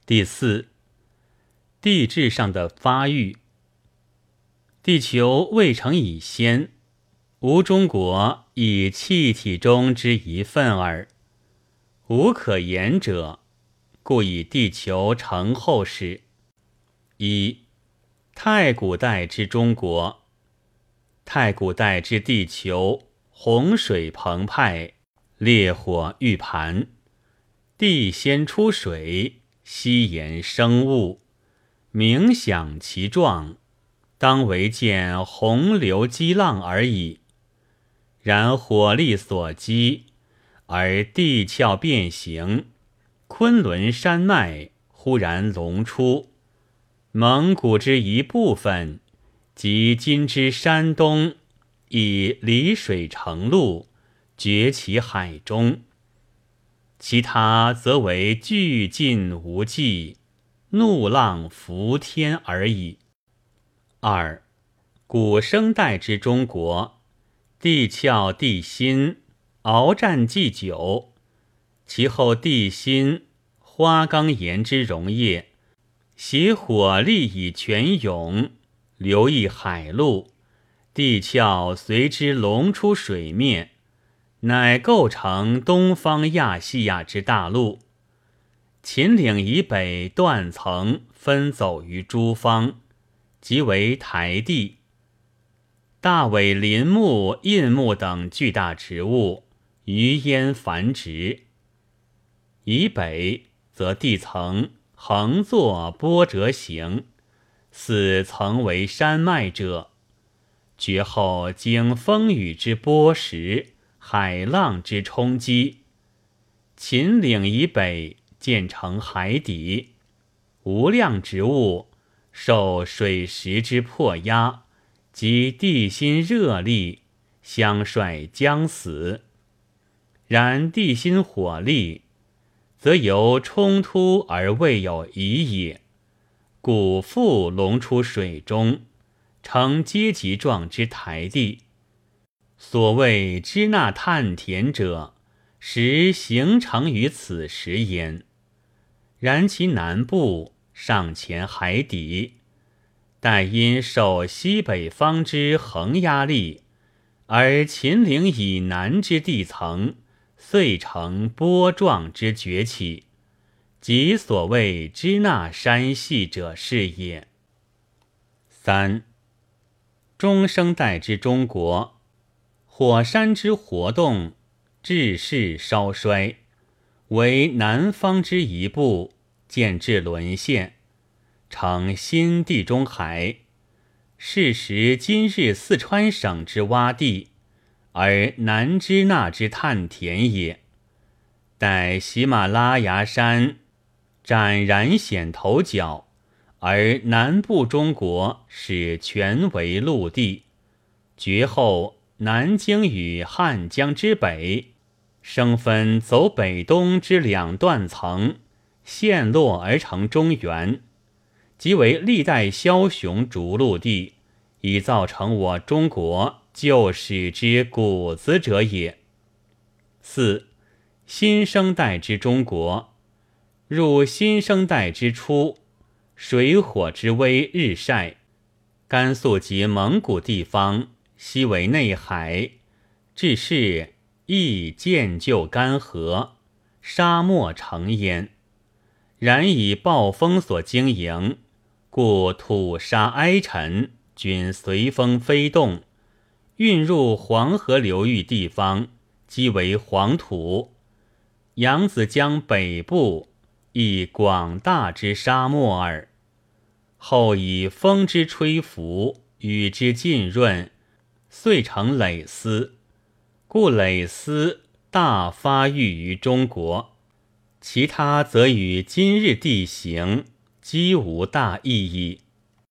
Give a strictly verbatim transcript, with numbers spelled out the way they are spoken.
第四，地质上的发育。地球未成以先，吾中国以气体中之一份耳。无可言者，故以地球成后始。一、太古代之中国。太古代之地球，洪水澎湃，烈火欲盘，地先出水，悉言生物，冥想其状，当为见洪流激浪而已。然火力所激，而地壳变形，昆仑山脉忽然隆出，蒙古之一部分及今之山东，以离水成陆，决其海中。其他则为巨尽无际，怒浪浮天而已。二、古生代之中国，地壳地心，鏖战既久，其后地心花岗岩之溶液，携火力以泉涌，流溢海陆，地壳随之隆出水面，乃构成东方亚细亚之大陆。秦岭以北断层分走于诸方，即为台地。大尾林木、印木等巨大植物于焉繁殖。以北则地层横作波折形，似曾为山脉者，绝后经风雨之剥蚀，海浪之冲击，秦岭以北渐成海底，无量植物受水蚀之迫压及地心热力，相率将死。然地心火力，则由冲突而未有疑也，故复隆出水中，成阶级状之台地。所谓支那探田者，实形成于此时焉。然其南部尚潜海底，但因受西北方之横压力，而秦岭以南之地层遂成波状之崛起，即所谓支那山系者是也。三、中生代之中国，火山之活动，至势稍衰，为南方之一部，渐至沦陷，成新地中海。是时今日四川省之洼地，而南支那之探田也。待喜马拉雅山展然显头角，而南部中国使全为陆地。绝后南京与汉江之北，生分走北东之两断层，陷落而成中原，即为历代枭雄逐陆地，以造成我中国旧始之谷子者也。四、新生代之中国。入新生代之初，水火之威日晒，甘肃及蒙古地方悉为内海，至是亦渐就干涸，沙漠成焉。然以暴风所经营，故土沙埃沉，均随风飞动，运入黄河流域地方，即为黄土。扬子江北部亦广大之沙漠耳。后以风之吹拂，雨之浸润，遂成耒斯，故耒斯大发育于中国。其他则与今日地形几无大异义。